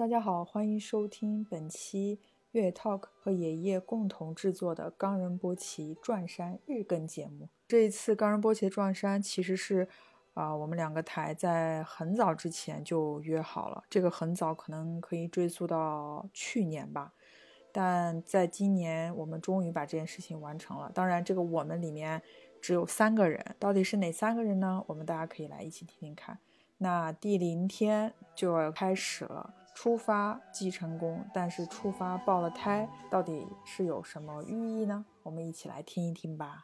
大家好，欢迎收听本期越野 Talk 和爷爷共同制作的冈仁波齐转山日更节目。这一次冈仁波齐的转山其实是我们两个台在很早之前就约好了，这个很早可能可以追溯到去年吧，但在今年我们终于把这件事情完成了。当然这个我们里面只有3个人，到底是哪3个人呢？我们大家可以来一起听听看。那第0天就要开始了，出发即成功，但是出发爆了胎，到底是有什么寓意呢？我们一起来听一听吧。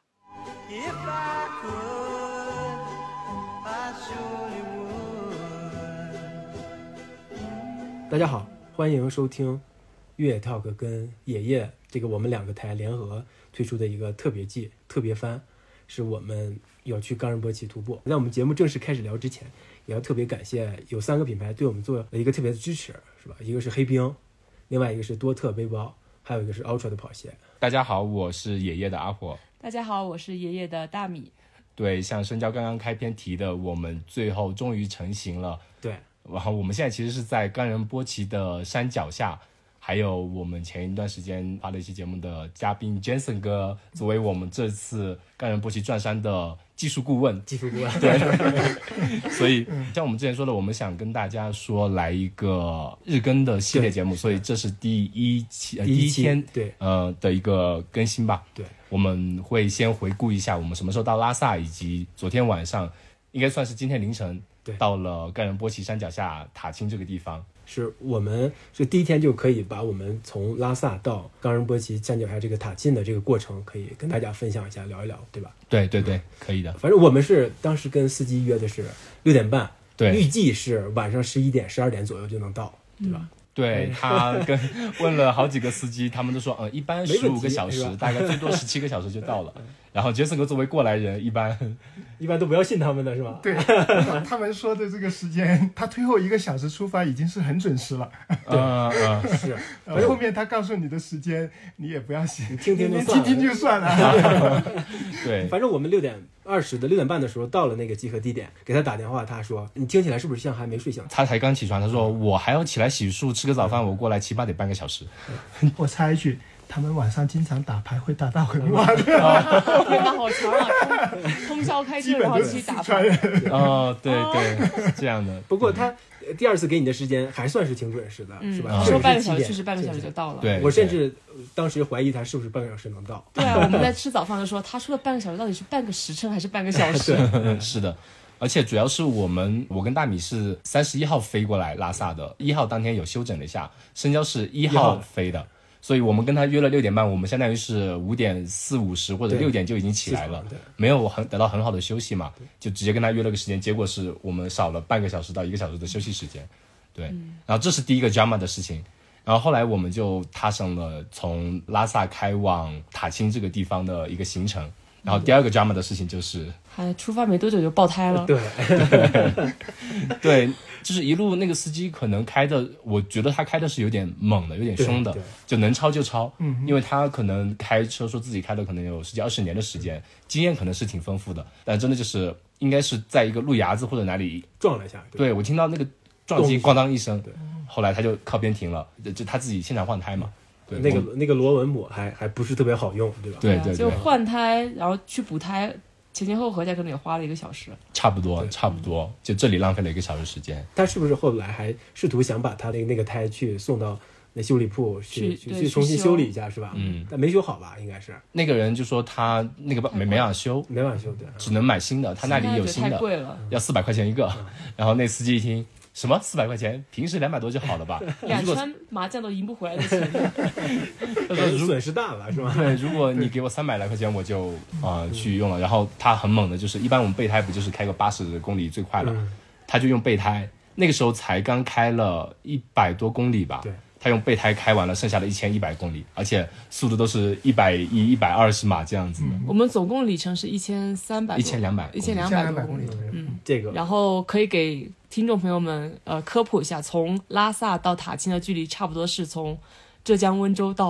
大家好，欢迎收听越野 Talk 跟爷爷这个我们2个台联合推出的一个特别季特别番，是我们要去冈仁波齐徒步。在我们节目正式开始聊之前，也要特别感谢有3个品牌对我们做了一个特别的支持，是吧？一个是黑冰，另外一个是多特背包，还有一个是 Ultra 的跑鞋。 大家好，我是爷爷的阿婆。 大家好，我是爷爷的大米。 对，像深交刚刚开篇提的，我们最后终于成型了。 对， 然后我们现在其实是在冈仁波齐的山脚下，还有我们前一段时间发了一期节目的嘉宾 Jensen 哥，作为我们这次冈仁波齐转山的技术顾问。对，所以像我们之前说的，我们想跟大家说来一个日更的系列节目，所以这是第一天对的一个更新吧。 对， 我们会先回顾一下我们什么时候到拉萨，以及昨天晚上应该算是今天凌晨到了冈仁波齐山脚下塔钦这个地方。 是我们是第1天就可以把我们从拉萨到冈仁波齐山脚下这个塔钦的这个过程可以跟大家分享一下，聊一聊，对吧？ 对对对，可以的。 反正我们是当时跟司机约的是6点半， 对， 预计是晚上11点12点左右就能到，对吧？ 对，他问了好几个司机，他们都说一般15个小时，大概最多17个小时就到了。然后杰森哥作为过来人，一般都不要信他们的是吧？ 对，他们说的这个时间，他推后1个小时出发已经是很准时了。 是。 后面他告诉你的时间，你也不要信， 你听就算了。 对， 反正我们6点半的时候到了那个集合地点，给他打电话，他说你听起来是不是像还没睡醒？ 他才刚起床，他说我还要起来洗漱吃个早饭，我过来起码得半个小时。 我插一句，他们晚上经常打牌，会打到很晚的。 天哪，好强啊！通宵开车然后去打牌。 对，是这样的。 不过他第2次给你的时间还算是挺准时的，是吧？ 说半个小时，确实半个小时就到了。 对， 我甚至当时怀疑他是不是半个小时能到。 对啊，我们在吃早饭的时候，他说的半个小时到底是半个时辰还是半个小时？ 是的。而且主要是我跟大米是31号飞过来拉萨的，1号当天有休整了一下，深交是1号飞的，所以我们跟他约了6点半，我们相当于是5点40-50或者6点就已经起来了，没有得到很好的休息嘛，就直接跟他约了个时间，结果是我们少了半个小时到1个小时的休息时间。对，然后这是第一个 drama 的事情。然后后来我们就踏上了从拉萨开往塔钦这个地方的一个行程。然后第2个 drama 的事情就是出发没多久就爆胎了。 对，就是一路那个司机可能开的，我觉得他开的是有点猛的，有点凶的，就能超就超。因为他可能开车说自己开了可能有10几20年的时间，经验可能是挺丰富的，但真的就是应该是在一个路牙子或者哪里撞了一下。 对，我听到那个撞击咣当一声，后来他就靠边停了，就他自己现场换胎嘛。对， 那个螺纹抹还不是特别好用，对吧？ 对， 就换胎，然后去补胎，前后合起来可能也花了1个小时。差不多，就这里浪费了1个小时时间。 他是不是后来还试图想把他的那个胎去送到那修理铺去重新修理一下，是吧？但没修好吧？应该是那个人就说他那个没法修， 对， 只能买新的，他那里有新的， 太贵了， 要400块钱一个。然后那司机一听，什么400块钱？平时200多就好了吧 ？2圈麻将都赢不回来的钱。 他说损失大了是吧？ 对，如果你给我300来块钱，我就去用了。然后他很猛的，就是一般我们备胎不就是开个80公里最快了，他就用备胎，那个时候才刚开了100多公里吧。 对。 他用备胎开完了剩下的1100公里，而且速度都是110、120码这样子的。 我们总共里程是1300、1200多公里。 这个。 然后可以给听众朋友们科普一下，从拉萨到塔钦的距离差不多是从浙江温州到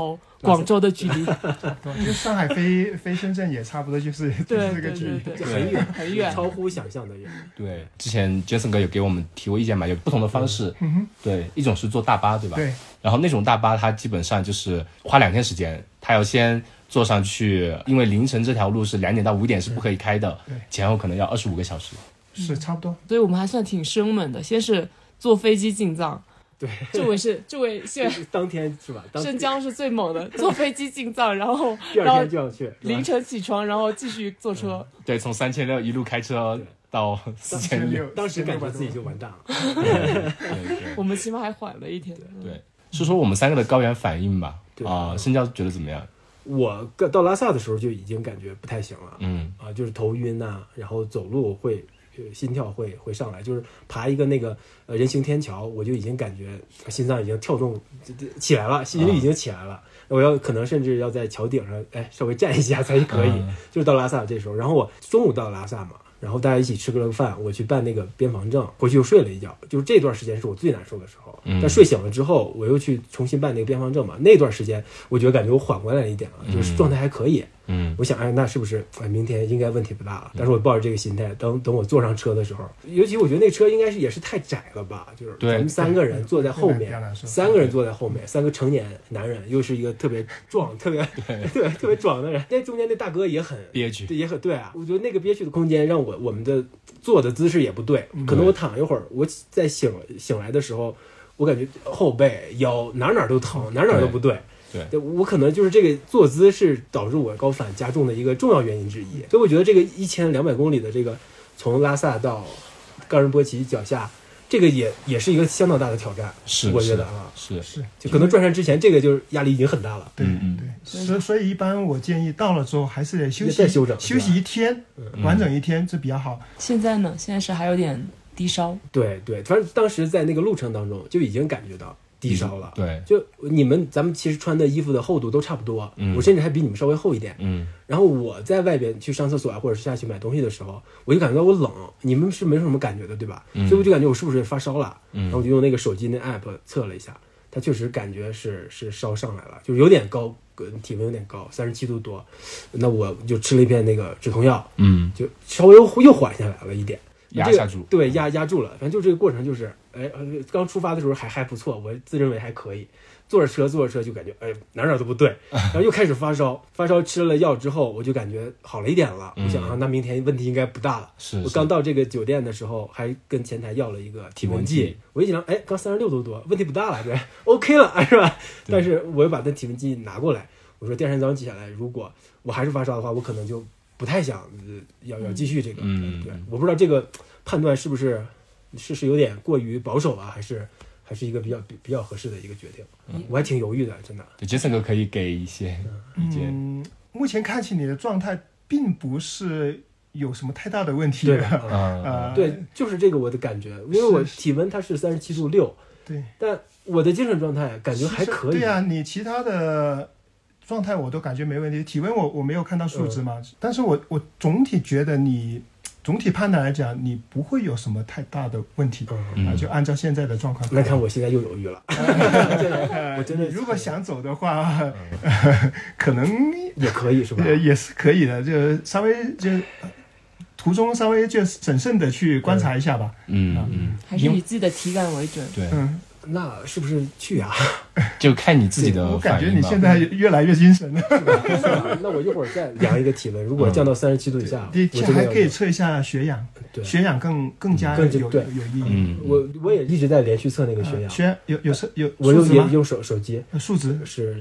广州的距离。 因为上海飞深圳也差不多就是对这个距离， 就很远很远， 超乎想象的远。 对，之前 Jason 哥有给我们提过意见嘛，有不同的方式。对，一种是坐大巴，对吧？ 对。 然后那种大巴它基本上就是花2天时间，它要先坐上去，因为凌晨这条路是2点到5点是不可以开的，前后可能要25个小时。 是差不多。 所以我们还算挺生猛的，先是坐飞机进藏。 对， 这位当天是吧？ 申江是最猛的，坐飞机进藏，然后第二天就要去， 凌晨起床，然后继续坐车。 对，从3600一路开车到4600， 当时感觉自己就完蛋了。 对， 我们起码还缓了1天。 对，说说我们3个的高原反应吧。申江觉得怎么样？ 我到拉萨的时候就已经感觉不太行了。就是头晕呐，然后走路会。心跳会上来，就是爬一个那个人行天桥，我就已经感觉心脏已经跳动起来了，心率已经起来了。我可能甚至要在桥顶上稍微站一下才可以。就是到拉萨这时候，然后我中午到拉萨嘛，然后大家一起吃了个饭，我去办那个边防证，回去又睡了一觉。就是这段时间是我最难受的时候。但睡醒了之后，我又去重新办那个边防证嘛，那段时间我觉得感觉我缓过来了一点了，就是状态还可以。我想那是不是明天应该问题不大了？但是我抱着这个心态，等我坐上车的时候，尤其我觉得那车应该也是太窄了吧，就是咱们3个人坐在后面，3个人坐在后面，3个成年男人，又是一个特别壮、特别壮的人，那中间那大哥也很憋屈， 也很对啊。我觉得那个憋屈的空间让我们的坐的姿势也不对，可能我躺一会儿，我在醒来的时候，我感觉后背、腰哪都疼，哪都不对。对，我可能就是这个坐姿是导致我高反加重的一个重要原因之一。所以我觉得这个1200公里的这个从拉萨到冈仁波齐脚下，这个也是一个相当大的挑战。 是， 我觉得是， 就可能转山之前这个就是压力已经很大了。 对，所以一般我建议到了之后还是得休息1天，完整1天这比较好。 现在呢？现在是还有点低烧。 对，反正当时在那个路程当中就已经感觉到低烧了。 对， 就咱们其实穿的衣服的厚度都差不多，我甚至还比你们稍微厚一点。然后我在外边去上厕所或者是下去买东西的时候，我就感觉到我冷，你们是没什么感觉的，对吧？所以我就感觉我是不是发烧了？然后我就用那个手机那 app 测了一下，它确实感觉是烧上来了，就有点高，体温有点高，37度多。那我就吃了一片那个止痛药，就稍微又缓下来了一点。 压下住， 对，压住了。反正就这个过程就是，刚出发的时候还不错，我自认为还可以。坐着车就感觉，哪都不对，然后又开始发烧吃了药之后，我就感觉好了一点了。我想那明天问题应该不大了。我刚到这个酒店的时候，还跟前台要了一个体温计，我一量，刚36度多，问题不大了，对 ，OK 了，是吧？但是我又把那体温计拿过来，我说第二天早上起来，如果我还是发烧的话，我可能就不太想要继续这个。对，我不知道这个判断是不是有点过于保守啊，还是一个比较合适的一个决定。我还挺犹豫的，真的。 对，Jason哥可以给一些意见。 目前看起你的状态并不是有什么太大的问题。 对， 对， 就是这个我的感觉，因为我体温它是37度6， 对， 但我的精神状态感觉还可以。 对啊，你其他的状态我都感觉没问题，体温我没有看到数值嘛，但是我总体觉得总体判断来讲，你不会有什么太大的问题就按照现在的状况。 那看我现在又犹豫了， 我真的，如果想走的话，可能也可以是吧？ 也是可以的，就稍微途中稍微就审慎的去观察一下吧。 还是以自己的体感为准。 对， 那是不是去啊？ 就看你自己的反应吧。 我感觉你现在越来越精神了。 那我一会儿再量一个体温，如果降到37度以下， 你还可以测一下血氧，血氧更加有意义。 我也一直在连续测那个血氧， 血氧有我用手机， 数值是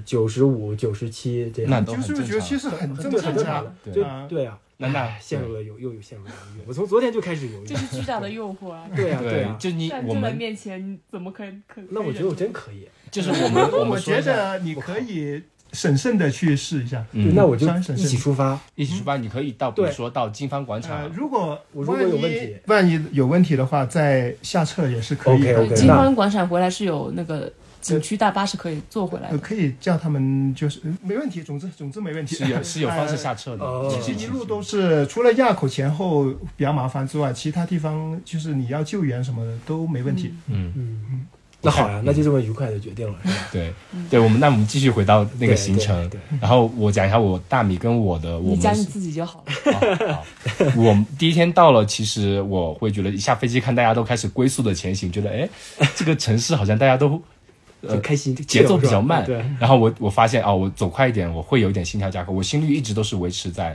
95、97这样。 那都很正常 ，97是很正常的。 对啊。那陷入了犹豫。我从昨天就开始犹豫。 这是巨大的诱惑啊！ 对啊， 就我们面前你怎么可以？ 那我觉得我真可以。 就是我觉得你可以审慎的去试一下。 那我就一起出发。 你可以比如说到金帆广场。 如果有问题， 万一有问题的话，再下撤也是可以的。 OK， 金帆广场回来是有那个景区大巴是可以坐回来的， 可以叫他们，就是没问题。总之没问题， 是有方式下撤的。 一路都是除了垭口前后比较麻烦之外，其他地方就是你要救援什么的都没问题。 那好呀，那就这么愉快的决定了，是吧？ 对，我们继续回到那个行程，然后我讲一下我大米跟我的， 你讲你自己就好了。 好，我第一天到了，其实我会觉得一下飞机看大家都开始龟速的前行，觉得这个城市好像大家都开心， 节奏比较慢。 对， 然后我发现我走快一点，我会有一点心跳加快，我心率一直都是维持在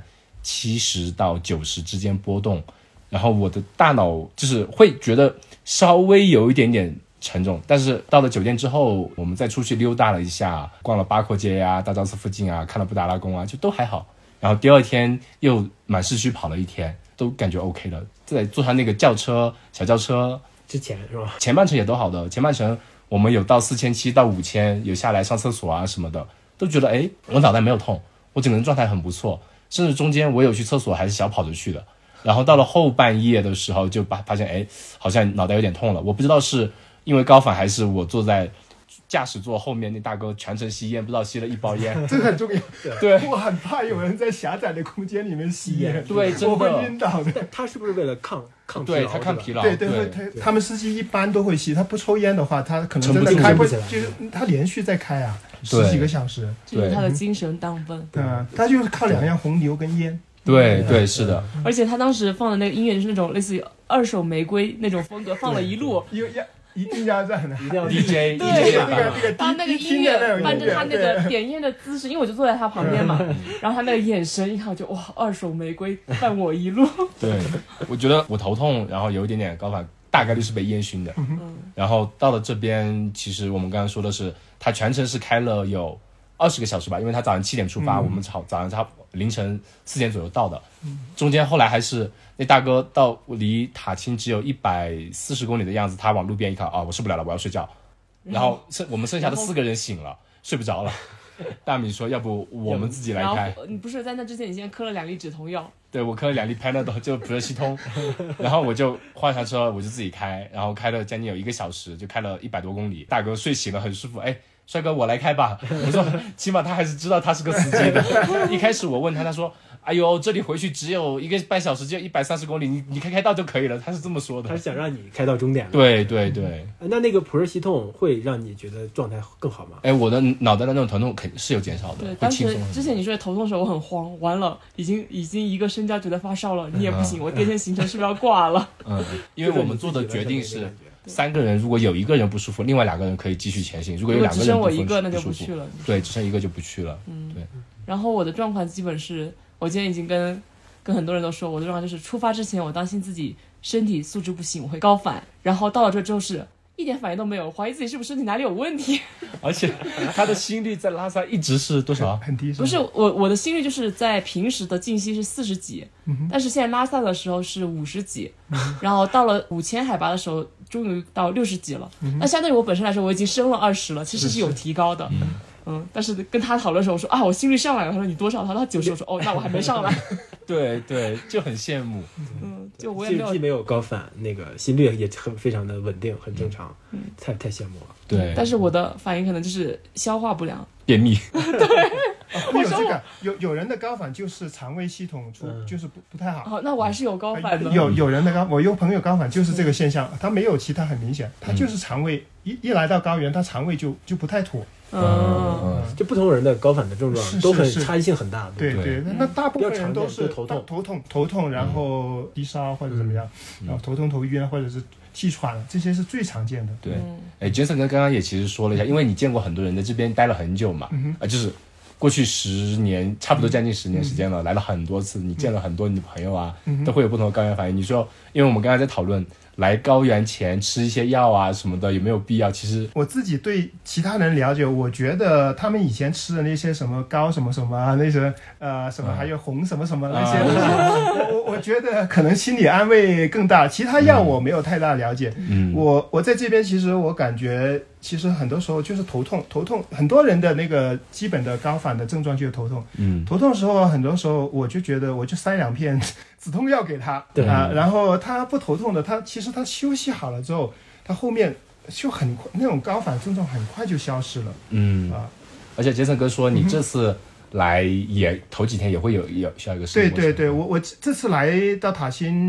70到90之间波动，然后我的大脑就是会觉得稍微有一点点沉重，但是到了酒店之后，我们再出去溜达了一下，逛了八廓街呀、大昭寺附近啊，看了布达拉宫啊，就都还好。然后第二天又满市区跑了一天，都感觉 OK 了。再坐上那个轿车、小轿车之前是吧？ 前半程也都好的，前半程我们有到4700到5000，有下来上厕所啊什么的，都觉得我脑袋没有痛，我整个人状态很不错，甚至中间我有去厕所还是小跑着去的。然后到了后半夜的时候就发现好像脑袋有点痛了，我不知道是因为高反还是我坐在驾驶座后面那大哥全程吸烟，不知道吸了一包烟。 这个很重要。 对， 我很怕有人在狭窄的空间里面吸烟， 对，真的我会晕倒的。 他是不是为了抗疲劳？ 对，他抗疲劳。 对，他们司机一般都会吸，他不抽烟的话，他可能真的开不起来，就是他连续在开啊，10几个小时， 这是他的精神档分。 对，他就是靠2样，红牛跟烟。 对，是的。 而且他当时放的那个音乐就是那种类似于二手玫瑰那种风格，放了一路。 一定要这样的， 一定要 DJ 对，他那个音乐伴着他那个点烟的姿势，因为我就坐在他旁边嘛，然后他那个眼神一看，我就哇，二手玫瑰伴我一路。 对，我觉得我头痛，然后有一点点高反，大概率是被烟熏的。然后到了这边，其实我们刚刚说的是，他全程是开了有20个小时吧，因为他早上7点出发，我们早上凌晨4点左右到的。中间后来还是那大哥到离塔青只有140公里的样子，他往路边一看，我受不了了，我要睡觉。然后我们剩下的4个人醒了，睡不着了。大米说要不我们自己来开。 你不是在那之前你先磕了2粒止痛药？ 对，我磕了2粒Panadol，就普热西通。然后我就换上车，我就自己开，然后开了将近有1个小时，就开了100多公里。大哥睡醒了，很舒服，帅哥，我来开吧。我说，起码他还是知道他是个司机的。一开始我问他，他说，哎呦，这里回去只有1个半小时，只有130公里，你开到就可以了。他是这么说的。 他是想让你开到终点。 对。 那个普热西痛会让你觉得状态更好吗？ 我的脑袋的那种疼痛肯定是有减少的。 对，当时之前你说头痛的时候，我很慌，完了，已经一个身家觉得发烧了，你也不行，我第二天行程是不是要挂了？ 因为我们做的决定是。3个人如果有1个人不舒服，另外2个人可以继续前行。如果有2个人只剩我一个，那就不去了。 对，只剩1个就不去了。对。 然后我的状况基本是，我今天已经跟很多人都说，我的状况就是出发之前我当心自己身体素质不行，我会高反，然后到了这之后是一点反应都没有，怀疑自己是不是身体哪里有问题。 而且他的心率在拉萨一直是多少？ 很低。 不是我的心率就是在平时的静息是40几，但是现在拉萨的时候是50几，然后到了5000海拔的时候，终于到60几了。那相对于我本身来说，我已经升了20了，其实是有提高的。但是跟他讨论的时候，我说我心率上来了，他说你多少？他说他90，我说那我还没上来。 对，就很羡慕。 就我也既没有高反，那个心率也非常的稳定，很正常。太羡慕了。 对， 但是我的反应可能就是消化不良、 便秘。 对。 会有这个，有人的高反就是肠胃系统就是不太好。 那我还是有高反的。 有人的我有朋友高反就是这个现象，他没有其他很明显，他就是肠胃一来到高原，他肠胃就不太妥。 就不同人的高反的症状都很差异性很大。 对，那大部分人都是头痛，然后低烧或者怎么样，然后头痛头晕或者是气喘，这些是最常见的。 对，Jason 哥刚刚也其实说了一下，因为你见过很多人在这边待了很久嘛，就是过去10年，差不多将近10年时间了，来了很多次，你见了很多你的朋友啊，都会有不同的高原反应。你说，因为我们刚才在讨论来高原前吃一些药啊什么的有没有必要？其实我自己对其他人了解，我觉得他们以前吃的那些什么高什么什么啊，那些什么还有红什么什么那些东西，我觉得可能心理安慰更大。其他药我没有太大了解。我在这边其实我感觉，其实很多时候就是头痛，很多人的那个基本的高反的症状就是头痛。头痛的时候，很多时候我就觉得我就塞2片止痛药给他，然后他不头痛的，其实他休息好了之后，他后面就很快那种高反症状很快就消失了。 而且杰森哥说你这次来也头几天也会需要一个生活。 对，我这次来到塔青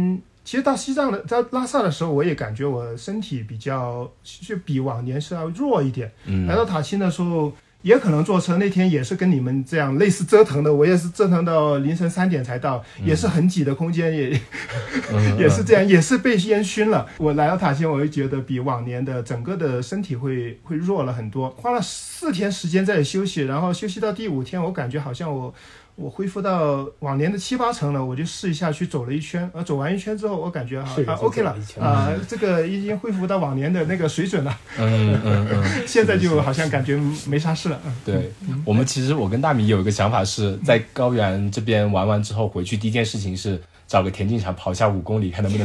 其实到西藏的在拉萨的时候，我也感觉我身体就比往年是要弱一点。来到塔钦的时候，也可能坐车，那天也是跟你们这样类似折腾的，我也是折腾到凌晨3点才到，也是很挤的空间，也是这样，也是被烟熏了。我来到塔钦，我会觉得比往年的整个的身体会弱了很多，花了4天时间在休息，然后休息到第5天，我感觉好像我恢复到往年的7、8成了，我就试一下去走了一圈，走完一圈之后，我感觉OK 了，这个已经恢复到往年的那个水准了。现在就好像感觉没啥事了。 对，我跟大米有一个想法是在高原这边玩完之后回去，第一件事情是找个田径场跑下5公里，看能不能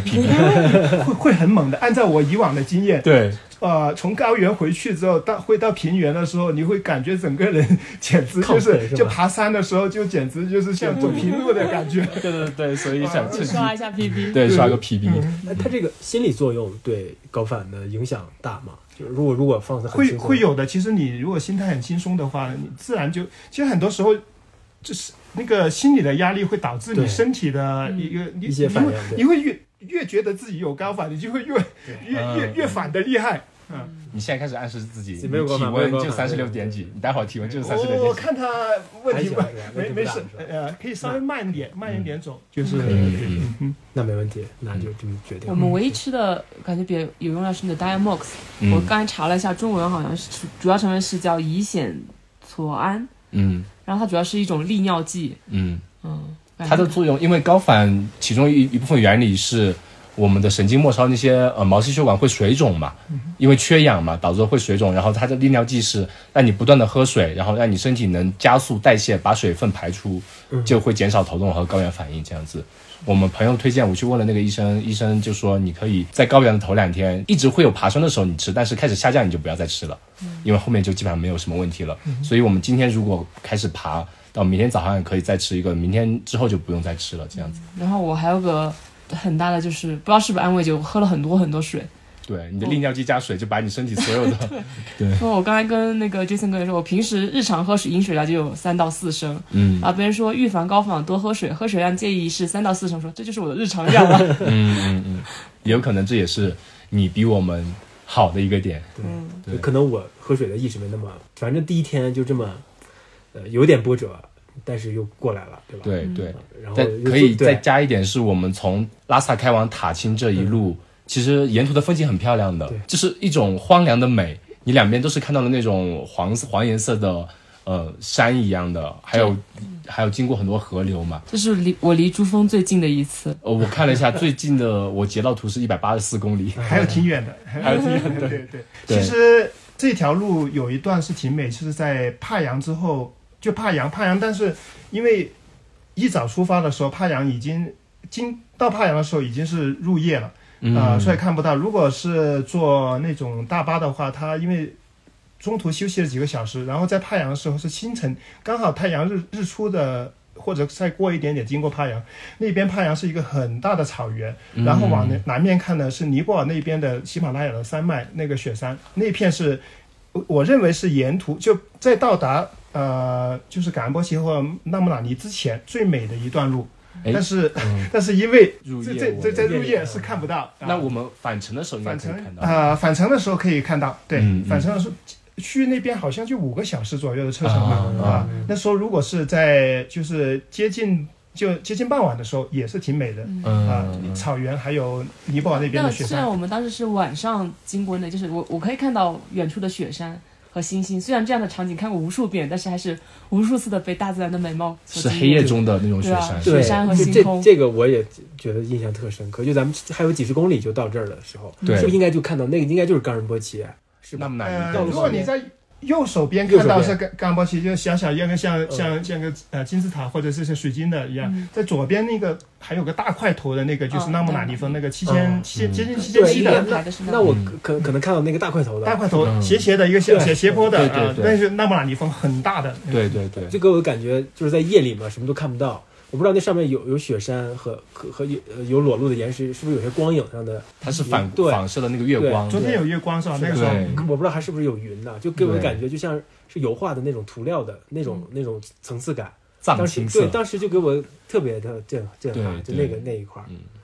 PB。 会很猛的，按照我以往的经验。 对。 从高原回去之后，会到平原的时候，你会感觉整个人简直就爬山的时候，就简直就是像走平路的感觉。 对，所以想刷一下 PB。 对，刷个 PB。 那它这个心理作用对高反的影响大吗？就是如果放得很轻松， 会有的。其实你如果心态很轻松的话，你自然其实很多时候就是那个心理的压力会导致你身体的一些反应， 你会越觉得自己有高反，你就会越反的厉害。 你现在开始暗示自己， 没有体温就36点几，你待会儿体温就是36点几。 我看他问题没事，可以稍微慢一点走，就是那没问题，那就这么决定。 我们唯一吃的感觉比较有用的是你的 Diamox，我刚才查了一下，中文好像是主要成分是叫乙酰唑胺，然后它主要是一种利尿剂， 它的作用，因为高反其中一部分原理是我们的神经末梢那些毛细血管会水肿嘛，因为缺氧嘛，导致会水肿。然后它的利尿剂是让你不断的喝水，然后让你身体能加速代谢，把水分排出，就会减少头痛和高原反应这样子。我们朋友推荐我去问了那个医生，医生就说你可以在高原的头2天一直会有爬升的时候你吃，但是开始下降你就不要再吃了，因为后面就基本上没有什么问题了。所以我们今天如果开始爬，到明天早上也可以再吃一个，明天之后就不用再吃了这样子。 然后我还有个很大的就是不知道是不是安慰剂，我喝了很多水。 对，你的利尿剂加水就把你身体所有的对。 因为我刚才跟那个 Jason 哥也说，我平时日常饮水量就有3到4升，然后别人说预防高反多喝水，喝水量建议是3到4升，说这就是我的日常量了。 也有可能这也是你比我们好的一个点。 对，可能我喝水的意识没那么，反正第1天就这么有点波折，但是又过来了，对吧？ 对， 然后但可以再加一点，是我们从拉萨开往塔钦这一路，其实沿途的风景很漂亮的，就是一种荒凉的美，你两边都是看到的那种黄颜色的山一样的，还有经过很多河流嘛。 这是我离珠峰最近的一次。 我看了一下最近的，我截到图是184公里， 还有挺远的，对。其实这条路有一段是挺美，是在帕扬之后。就帕扬，但是因为一早出发的时候，帕扬已经到帕扬的时候已经是入夜了，所以看不到。如果是坐那种大巴的话，它因为中途休息了几个小时，然后在帕扬的时候是清晨，刚好太阳日出的，或者再过一点点经过帕扬，那边帕扬是一个很大的草原，然后往南面看呢是尼泊尔那边的喜马拉雅的山脉，那个雪山那片是我认为是沿途就在到达就是噶尔波齐或纳木纳尼之前最美的一段路，但是因为在入夜是看不到。 那我们返程的时候应该可以看到。 返程的时候可以看到，对，返程的时候去那边好像就5个小时左右的车程吧。那时候如果是在就是接近傍晚的时候，也是挺美的草原还有尼泊尔那边的雪山。 虽然我们当时是晚上经过就是我可以看到远处的雪山和星星，虽然这样的场景看过无数遍，但是还是无数次的被大自然的美貌是黑夜中的那种雪山， 雪山和星空。 这个我也觉得印象特深刻。就咱们还有几十公里就到这儿的时候，是不是应该就看到那个应该就是冈仁波齐？是那么难。 如果你在右手边看到是冈仁波齐，就小一个像个金字塔或者是水晶的一样，在左边那个还有个大块头的那个就是纳木纳尼峰那个接近7700的。 那我可能看到那个大块头斜的一个斜坡的那是纳木纳尼峰很大的。 对， 这给我的感觉就是在夜里嘛，什么都看不到。我不知道那上面有雪山和有裸露的岩石，是不是有些光影上的？ 它是反射的那个月光。 昨天有月光是吧？那个时候我不知道还是不是有云呢，就给我的感觉就像是油画的那种涂料的那种层次感。 藏青色。 当时就给我特别的震撼，就那一块。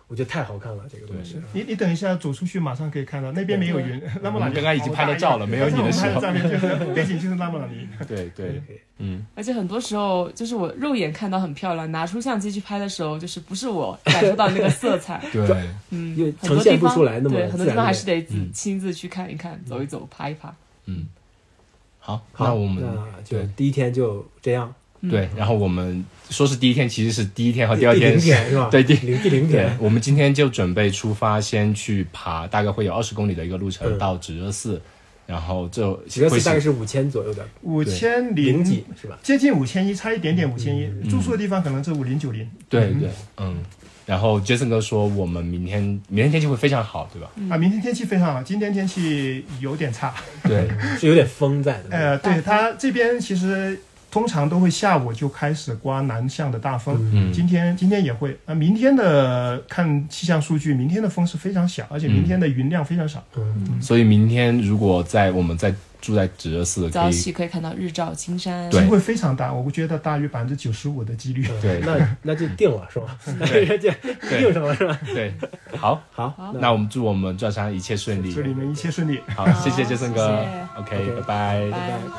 我觉得太好看了这个东西。 你等一下走出去，马上可以看到那边没有云，那么我们刚刚已经拍了照了，没有你的时候， 照片就是背景就是那么尼。 对， 而且很多时候就是我肉眼看到很漂亮，拿出相机去拍的时候，就是不是我感受到那个色彩。 对， 因为呈现不出来那么对，很多地方还是得嗯亲自去看一看，走一走，拍一拍。 好，那我们就第一天就这样。 对，然后我们说是第一天，其实是第一天和第二天第零天是吧？ 对，第零天。 我们今天就准备出发，先去爬，大概会有20公里的一个路程到止热寺，然后这止热寺大概是5000左右的 ，5000 几是吧？ 接近5100，差一点点5100，住宿的地方可能是5090。 对，然后 Jason 哥说我们明天天气会非常好，对吧？ 明天天气非常好，今天天气有点差。 对， 是有点风在的。 对，它这边其实通常都会下午就开始刮南向的大风，今天也会。明天的看气象数据，明天的风是非常小，而且明天的云量非常少。 所以明天如果我们在住在止热寺， 早起可以看到日照金山， 机会非常大，我觉得大于95%的几率。 对， 那就定了是吧？定上了是吧？ 对，好，那我们祝我们转山一切顺利， 祝你们一切顺利。 好，谢谢Jason哥 ，OK， 拜拜， 拜拜。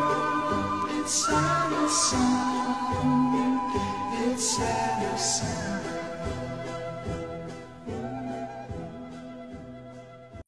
It's sad,